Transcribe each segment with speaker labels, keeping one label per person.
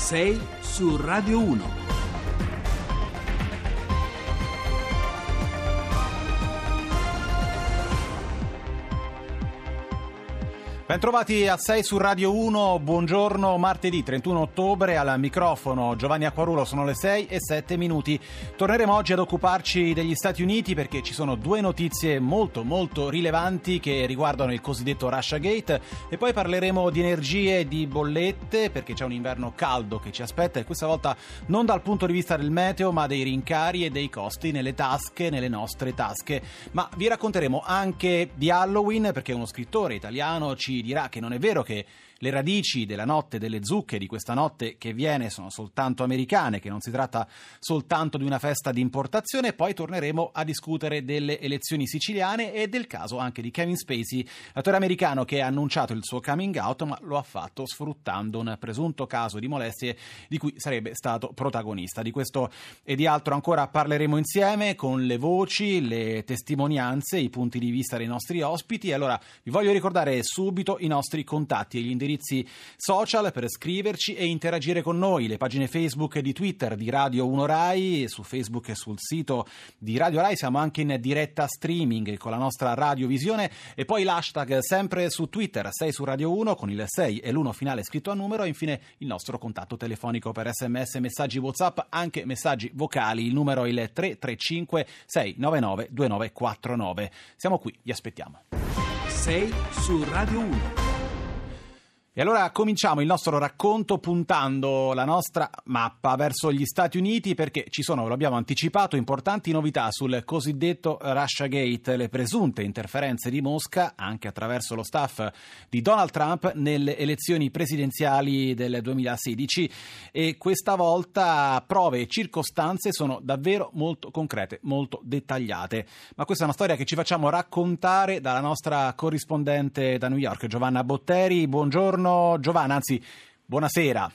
Speaker 1: 6 su Radio 1.
Speaker 2: Bentrovati a 6 su Radio 1, buongiorno, martedì 31 ottobre, al microfono Giovanni Acquarulo, sono le 6:07. Torneremo oggi ad occuparci degli Stati Uniti perché ci sono due notizie molto rilevanti che riguardano il cosiddetto Russiagate e poi parleremo di energie e di bollette perché c'è un inverno caldo che ci aspetta e questa volta non dal punto di vista del meteo ma dei rincari e dei costi nelle tasche, nelle nostre tasche. Ma vi racconteremo anche di Halloween perché uno scrittore italiano ci dirà che non è vero che le radici della notte delle zucche, di questa notte che viene, sono soltanto americane, che non si tratta soltanto di una festa di importazione. Poi torneremo a discutere delle elezioni siciliane e del caso anche di Kevin Spacey, l'attore americano che ha annunciato il suo coming out, ma lo ha fatto sfruttando un presunto caso di molestie di cui sarebbe stato protagonista. Di questo e di altro ancora parleremo insieme con le voci, le testimonianze, i punti di vista dei nostri ospiti. E allora vi voglio ricordare subito i nostri contatti e gli indirizzi social per scriverci e interagire con noi, le pagine Facebook e di Twitter di Radio 1 Rai, su Facebook e sul sito di Radio Rai siamo anche in diretta streaming con la nostra radiovisione e poi l'hashtag sempre su Twitter 6 su Radio 1 con il 6 e l'1 finale scritto a numero e infine il nostro contatto telefonico per SMS, messaggi WhatsApp, anche messaggi vocali, il numero è il 335 699 2949. Siamo qui, vi aspettiamo.
Speaker 1: 6 su Radio 1.
Speaker 2: E allora cominciamo il nostro racconto puntando la nostra mappa verso gli Stati Uniti perché ci sono, lo abbiamo anticipato, importanti novità sul cosiddetto Russiagate, le presunte interferenze di Mosca, anche attraverso lo staff di Donald Trump, nelle elezioni presidenziali del 2016 e questa volta prove e circostanze sono davvero molto concrete, molto dettagliate. Ma questa è una storia che ci facciamo raccontare dalla nostra corrispondente da New York, Giovanna Botteri. Buongiorno. Giovanna, anzi, buonasera.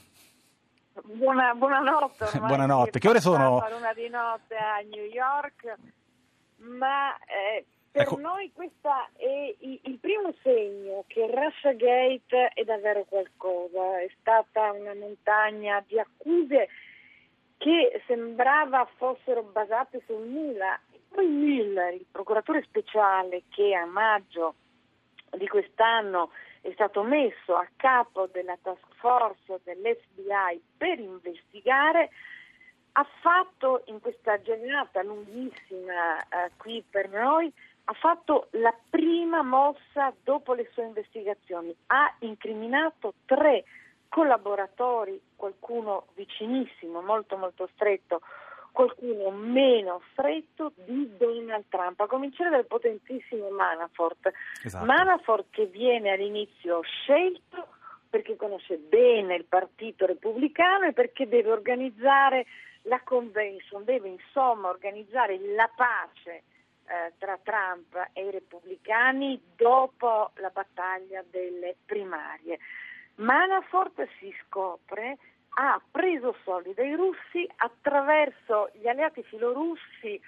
Speaker 3: Buonanotte.
Speaker 2: Buonanotte. Che ore sono?
Speaker 3: L'una di notte a New York, ma per noi questo è il primo segno che il Russiagate è davvero qualcosa. È stata una montagna di accuse che sembrava fossero basate sul nulla. E poi Mueller, il procuratore speciale che a maggio di quest'anno è stato messo a capo della task force dell'FBI per investigare, ha fatto in questa giornata lunghissima qui per noi, ha fatto la prima mossa dopo le sue investigazioni, ha incriminato 3 collaboratori, qualcuno vicinissimo, molto stretto, qualcuno meno stretto di Donald Trump, a cominciare dal potentissimo Manafort. Esatto. Manafort che viene all'inizio scelto perché conosce bene il partito repubblicano e perché deve organizzare la convention, deve insomma organizzare la pace tra Trump e i repubblicani dopo la battaglia delle primarie. Manafort si scopre ha preso soldi dai russi attraverso gli alleati filorussi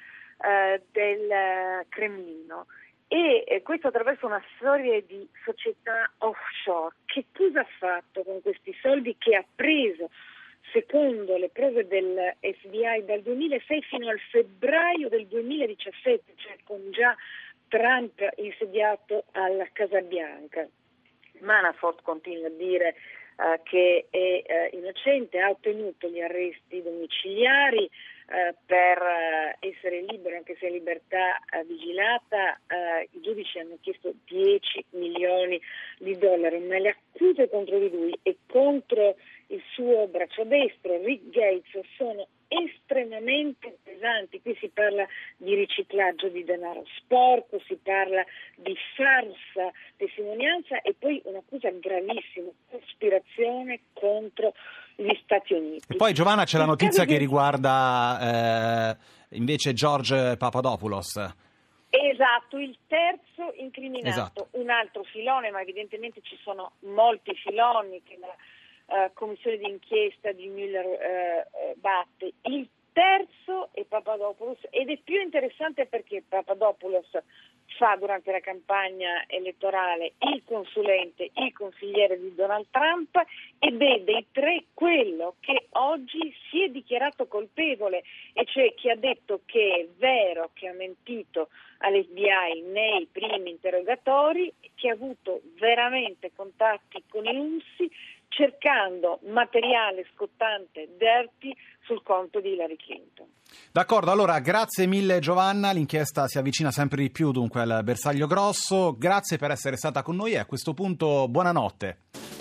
Speaker 3: del Cremlino e questo attraverso una serie di società offshore. Che cosa ha fatto con questi soldi che ha preso, secondo le prove del FBI, dal 2006 fino al febbraio del 2017, cioè con già Trump insediato alla Casa Bianca? Manafort continua a dire che è innocente, ha ottenuto gli arresti domiciliari per essere libero, anche se in libertà vigilata. I giudici hanno chiesto 10 milioni di dollari, ma le accuse contro di lui e contro il suo braccio destro, Rick Gates, sono estremamente pesanti. Qui si parla di riciclaggio di denaro sporco, si parla di falsa testimonianza e poi un'accusa gravissima, cospirazione contro gli Stati Uniti.
Speaker 2: E poi Giovanna c'è la notizia che riguarda invece George Papadopoulos.
Speaker 3: Esatto, il terzo incriminato,
Speaker 2: esatto.
Speaker 3: Un altro filone, ma evidentemente ci sono molti filoni che la commissione di inchiesta di Mueller batte. Il terzo è Papadopoulos ed è più interessante perché Papadopoulos fa durante la campagna elettorale il consulente, il consigliere di Donald Trump, ed è dei tre quello che oggi si è dichiarato colpevole, e cioè chi ha detto che è vero che ha mentito all'FBI nei primi interrogatori, che ha avuto veramente contatti con i russi cercando materiale scottante, dirty, sul conto di Hillary Clinton.
Speaker 2: D'accordo, allora grazie mille Giovanna, l'inchiesta si avvicina sempre di più dunque al bersaglio grosso, grazie per essere stata con noi e a questo punto buonanotte.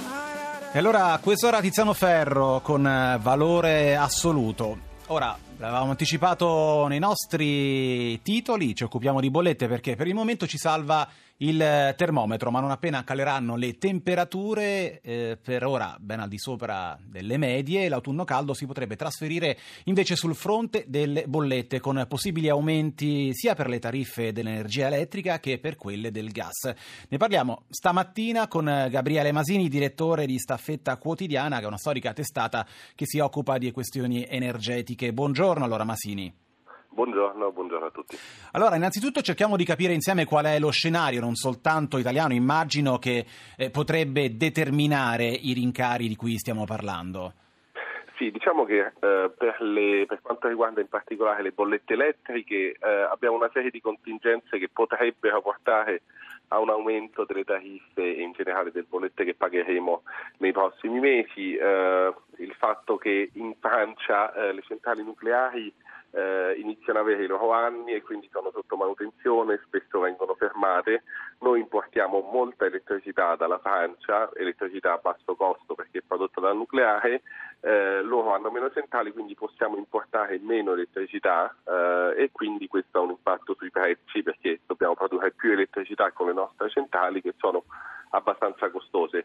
Speaker 2: E allora a quest'ora Tiziano Ferro con Valore Assoluto. Ora, l'avevamo anticipato nei nostri titoli, ci occupiamo di bollette perché per il momento ci salva il termometro, ma non appena caleranno le temperature, per ora ben al di sopra delle medie, l'autunno caldo si potrebbe trasferire invece sul fronte delle bollette, con possibili aumenti sia per le tariffe dell'energia elettrica che per quelle del gas. Ne parliamo stamattina con Gabriele Masini, direttore di Staffetta Quotidiana, che è una storica testata che si occupa di questioni energetiche. Buongiorno allora Masini.
Speaker 4: Buongiorno a tutti.
Speaker 2: Allora, innanzitutto cerchiamo di capire insieme qual è lo scenario, non soltanto italiano, immagino, che potrebbe determinare i rincari di cui stiamo parlando.
Speaker 4: Sì, diciamo che per quanto riguarda in particolare le bollette elettriche abbiamo una serie di contingenze che potrebbero portare a un aumento delle tariffe e in generale delle bollette che pagheremo nei prossimi mesi. Il fatto che in Francia le centrali nucleari iniziano ad avere i loro anni e quindi sono sotto manutenzione, spesso vengono fermate. Noi importiamo molta elettricità dalla Francia, elettricità a basso costo perché è prodotta dal nucleare, loro hanno meno centrali, quindi possiamo importare meno elettricità e quindi questo ha un impatto sui prezzi perché dobbiamo produrre più elettricità con le nostre centrali che sono abbastanza costose.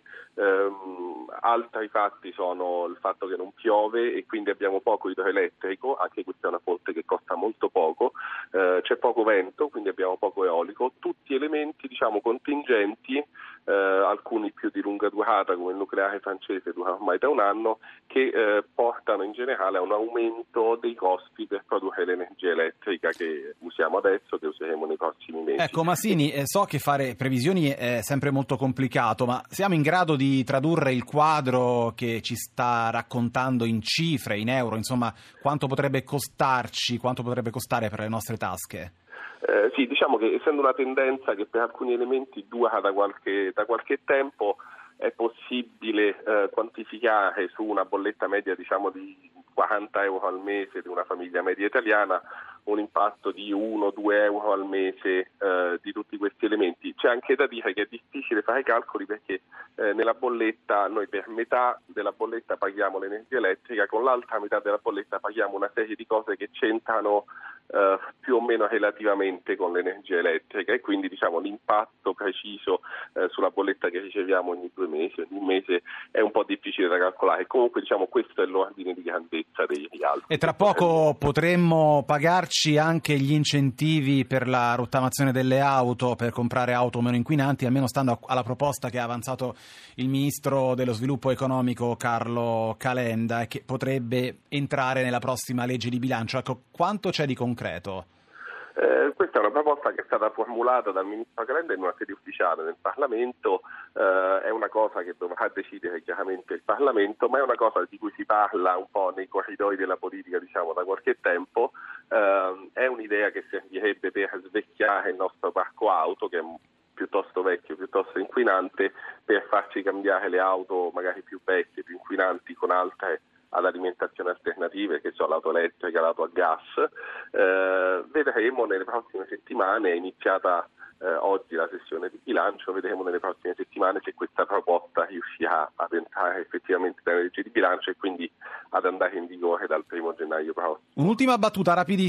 Speaker 4: Altri fatti sono il fatto che non piove e quindi abbiamo poco idroelettrico, anche questa è una fonte che costa molto poco, c'è poco vento, quindi abbiamo poco eolico, tutti elementi diciamo contingenti, alcuni più di lunga durata come il nucleare francese dura ormai da un anno, che portano in generale a un aumento dei costi per produrre l'energia elettrica che usiamo adesso, che useremo nei prossimi mesi.
Speaker 2: Ecco Masini, so che fare previsioni è sempre molto complicato, ma siamo in grado di tradurre il quadro che ci sta raccontando in cifre, in euro, insomma quanto potrebbe costarci, quanto potrebbe costare per le nostre tasche?
Speaker 4: Sì, diciamo che essendo una tendenza che per alcuni elementi dura da qualche tempo, è possibile quantificare su una bolletta media diciamo di 40 euro al mese di una famiglia media italiana un impatto di 1-2 euro al mese di tutti questi elementi. C'è anche da dire che è difficile fare i calcoli perché nella bolletta noi per metà della bolletta paghiamo l'energia elettrica, con l'altra metà della bolletta paghiamo una serie di cose che c'entrano più o meno relativamente con l'energia elettrica e quindi diciamo l'impatto preciso sulla bolletta che riceviamo ogni 2 mesi, ogni mese è un po' difficile da calcolare. Comunque diciamo questo è l'ordine di grandezza dei rialzi.
Speaker 2: E tra poco potremmo pagarci anche gli incentivi per la rottamazione delle auto, per comprare auto meno inquinanti, almeno stando alla proposta che ha avanzato il ministro dello sviluppo economico Carlo Calenda e che potrebbe entrare nella prossima legge di bilancio. Ecco, quanto c'è di concreto?
Speaker 4: Questa è una proposta che è stata formulata dal ministro Calenda in una sede ufficiale del Parlamento, è una cosa che dovrà decidere chiaramente il Parlamento, ma è una cosa di cui si parla un po' nei corridoi della politica diciamo da qualche tempo, è un'idea che servirebbe per svecchiare il nostro parco auto che è piuttosto vecchio, piuttosto inquinante, per farci cambiare le auto magari più vecchie, più inquinanti con altre ad alimentazione alternative, che sono l'auto elettrica, l'auto a gas. Vedremo nelle prossime settimane, è iniziata oggi la sessione di bilancio, vedremo nelle prossime settimane se questa proposta riuscirà ad entrare effettivamente nella legge di bilancio e quindi ad andare in vigore dal 1 gennaio prossimo.
Speaker 2: Un'ultima battuta,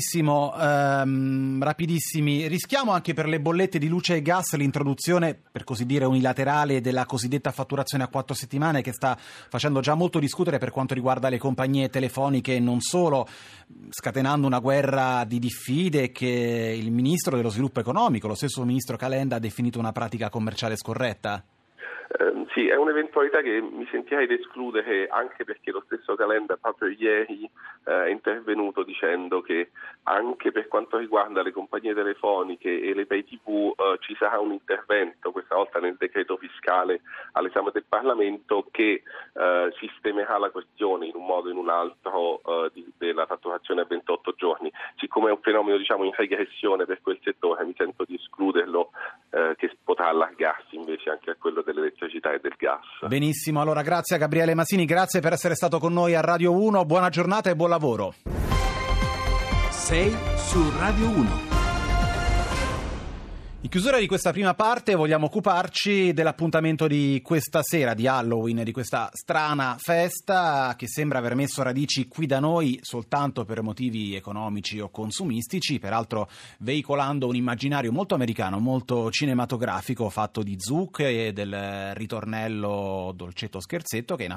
Speaker 2: rapidissimi. Rischiamo anche per le bollette di luce e gas l'introduzione, per così dire, unilaterale della cosiddetta fatturazione a 4 settimane che sta facendo già molto discutere per quanto riguarda le compagnie telefoniche e non solo, scatenando una guerra di diffide che il ministro dello sviluppo economico, lo stesso ministro Calenda, ha definito una pratica commerciale scorretta?
Speaker 4: Sì, è un'eventualità che mi sentirei di escludere, anche perché lo stesso Calenda proprio ieri è intervenuto dicendo che anche per quanto riguarda le compagnie telefoniche e le pay TV ci sarà un intervento, questa volta nel decreto fiscale all'esame del Parlamento, che sistemerà la questione in un modo o in un altro della fatturazione a 28 giorni. Siccome è un fenomeno in regressione per quel settore, mi sento di escluderlo, che potrà allargarsi invece anche a quello dell'elettricità e del gas.
Speaker 2: Benissimo, allora grazie a Gabriele Masini, grazie per essere stato con noi a Radio 1, buona giornata e buon lavoro.
Speaker 1: 6 su Radio 1.
Speaker 2: In chiusura di questa prima parte vogliamo occuparci dell'appuntamento di questa sera, di Halloween, di questa strana festa che sembra aver messo radici qui da noi soltanto per motivi economici o consumistici, peraltro veicolando un immaginario molto americano, molto cinematografico, fatto di zucche e del ritornello dolcetto scherzetto, che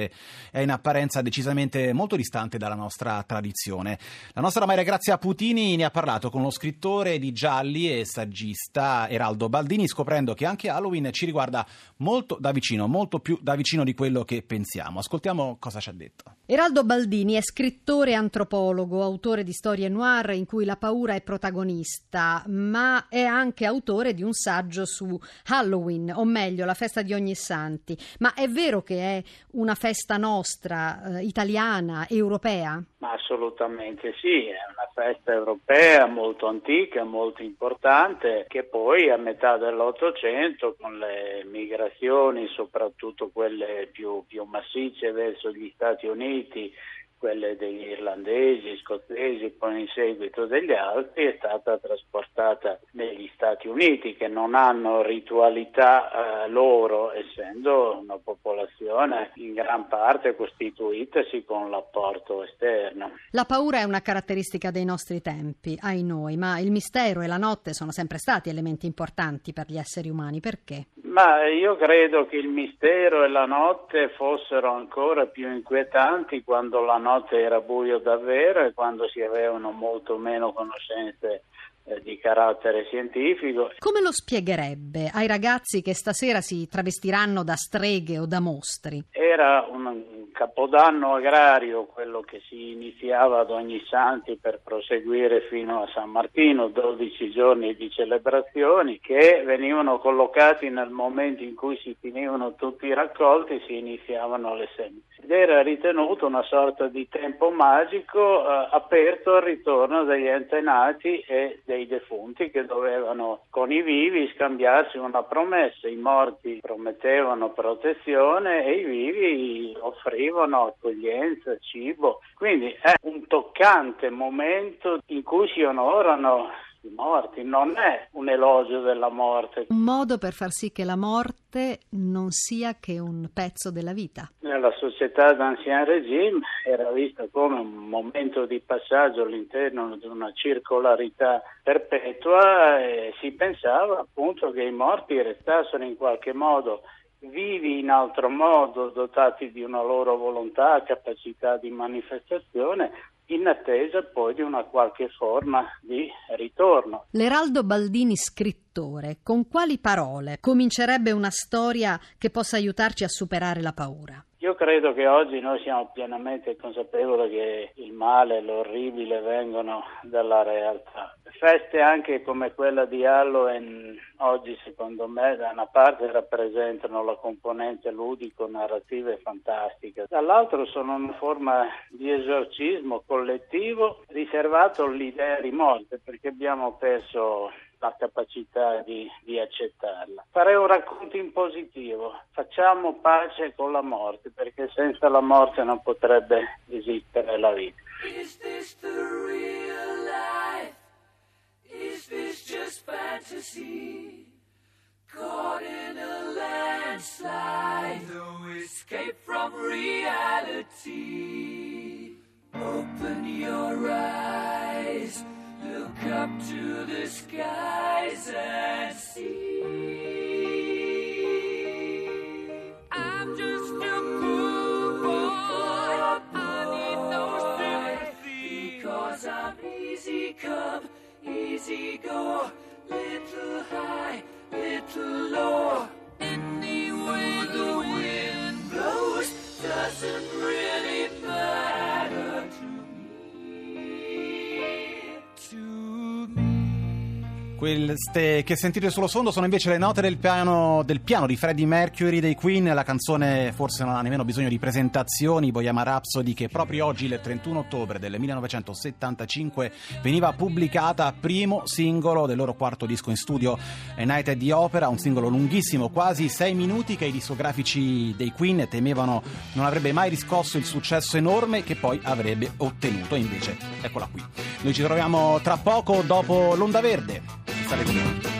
Speaker 2: è in apparenza decisamente molto distante dalla nostra tradizione. La nostra Maria Grazia Putini ne ha parlato con lo scrittore di gialli e saggista Eraldo Baldini, scoprendo che anche Halloween ci riguarda molto da vicino, molto più da vicino di quello che pensiamo. Ascoltiamo cosa ci ha detto.
Speaker 5: Eraldo Baldini è scrittore e antropologo, autore di storie noir in cui la paura è protagonista, ma è anche autore di un saggio su Halloween, o meglio la festa di Ognissanti. Ma è vero che è una festa nostra, italiana, europea?
Speaker 6: Ma assolutamente sì, è una festa europea molto antica, molto importante, che poi a metà dell'Ottocento, con le migrazioni, soprattutto quelle più massicce verso gli Stati Uniti, quelle degli irlandesi, scozzesi, poi in seguito degli altri, è stata trasportata negli Stati Uniti, che non hanno ritualità loro, essendo una popolazione in gran parte costituitasi con l'apporto esterno.
Speaker 5: La paura è una caratteristica dei nostri tempi, ai noi, ma il mistero e la notte sono sempre stati elementi importanti per gli esseri umani. Perché?
Speaker 6: Ma io credo che il mistero e la notte fossero ancora più inquietanti quando la notte era buio davvero e quando si avevano molto meno conoscenze di carattere scientifico.
Speaker 5: Come lo spiegherebbe ai ragazzi che stasera si travestiranno da streghe o da mostri?
Speaker 6: Era un capodanno agrario quello che si iniziava ad Ognissanti per proseguire fino a San Martino, 12 giorni di celebrazioni che venivano collocati nel momento in cui si finivano tutti i raccolti, si iniziavano le semine. Ed era ritenuto una sorta di tempo magico aperto al ritorno degli antenati e dei defunti, che dovevano con i vivi scambiarsi una promessa. I morti promettevano protezione e i vivi offrivano accoglienza, cibo. Quindi è un toccante momento in cui si onorano i morti, non è un elogio della morte.
Speaker 5: Un modo per far sì che la morte non sia che un pezzo della vita.
Speaker 6: Nella società d'Ancien Régime era vista come un momento di passaggio all'interno di una circolarità perpetua e si pensava appunto che i morti restassero in qualche modo vivi in altro modo, dotati di una loro volontà, capacità di manifestazione, in attesa poi di una qualche forma di ritorno.
Speaker 5: L'Eraldo Baldini scrittore, con quali parole comincerebbe una storia che possa aiutarci a superare la paura?
Speaker 6: Io credo che oggi noi siamo pienamente consapevoli che il male e l'orribile vengono dalla realtà. Feste anche come quella di Halloween oggi, secondo me, da una parte rappresentano la componente ludico-narrativa e fantastica, dall'altro sono una forma di esorcismo collettivo riservato all'idea di morte, perché abbiamo perso la capacità di accettarla. Farei un racconto in positivo: facciamo pace con la morte, perché senza la morte non potrebbe esistere la vita.
Speaker 7: Is this the real life? Is this just fantasy? Caught in a landslide, no escape from reality. Open your eyes, look up to the skies and see. I'm just a poor boy, I need no sympathy, 'cause I'm easy come, easy go, little high, little low, anyway.
Speaker 2: Queste che sentite sullo sfondo sono invece le note del piano di Freddie Mercury dei Queen. La canzone forse non ha nemmeno bisogno di presentazioni, Bohemian Rhapsody, che proprio oggi, il 31 ottobre del 1975, veniva pubblicata, primo singolo del loro quarto disco in studio, A Night at the Opera, un singolo lunghissimo, quasi 6 minuti, che i discografici dei Queen temevano non avrebbe mai riscosso il successo enorme che poi avrebbe ottenuto. Invece eccola qui. Noi ci troviamo tra poco dopo l'Onda Verde. State con noi.